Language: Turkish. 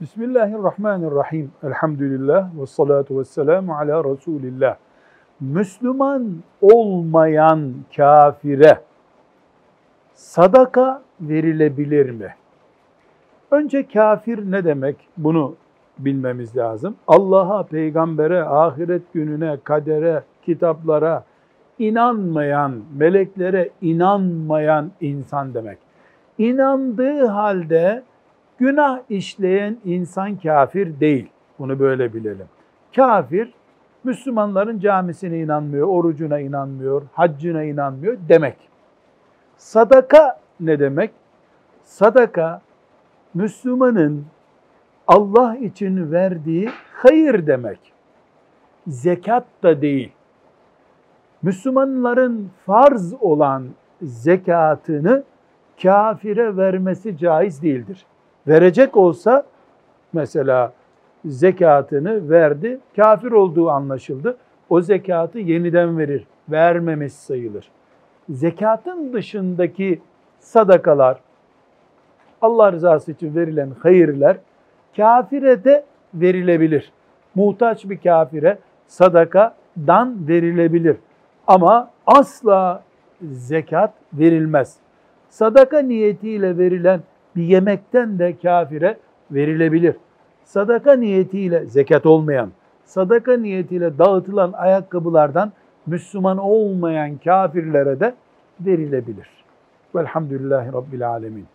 Bismillahirrahmanirrahim. Elhamdülillah ve salatu ve selamu ala Resulillah. Müslüman olmayan kafire sadaka verilebilir mi? Önce kafir ne demek? Bunu bilmemiz lazım. Allah'a, peygambere, ahiret gününe, kadere, kitaplara inanmayan, meleklere inanmayan insan demek. İnandığı halde günah işleyen insan kafir değil. Bunu böyle bilelim. Kafir, Müslümanların camisine inanmıyor, orucuna inanmıyor, haccına inanmıyor demek. Sadaka ne demek? Sadaka, Müslümanın Allah için verdiği hayır demek. Zekat da değil. Müslümanların farz olan zekatını kafire vermesi caiz değildir. Verecek olsa mesela zekatını verdi, kafir olduğu anlaşıldı. O zekatı yeniden verir, vermemiş sayılır. Zekatın dışındaki sadakalar, Allah rızası için verilen hayırlar kafire de verilebilir. Muhtaç bir kafire sadakadan verilebilir. Ama asla zekat verilmez. Sadaka niyetiyle verilen bir yemekten de kafire verilebilir. Sadaka niyetiyle zekat olmayan, sadaka niyetiyle dağıtılan ayakkabılardan Müslüman olmayan kafirlere de verilebilir. Velhamdülillahi Rabbil alemin.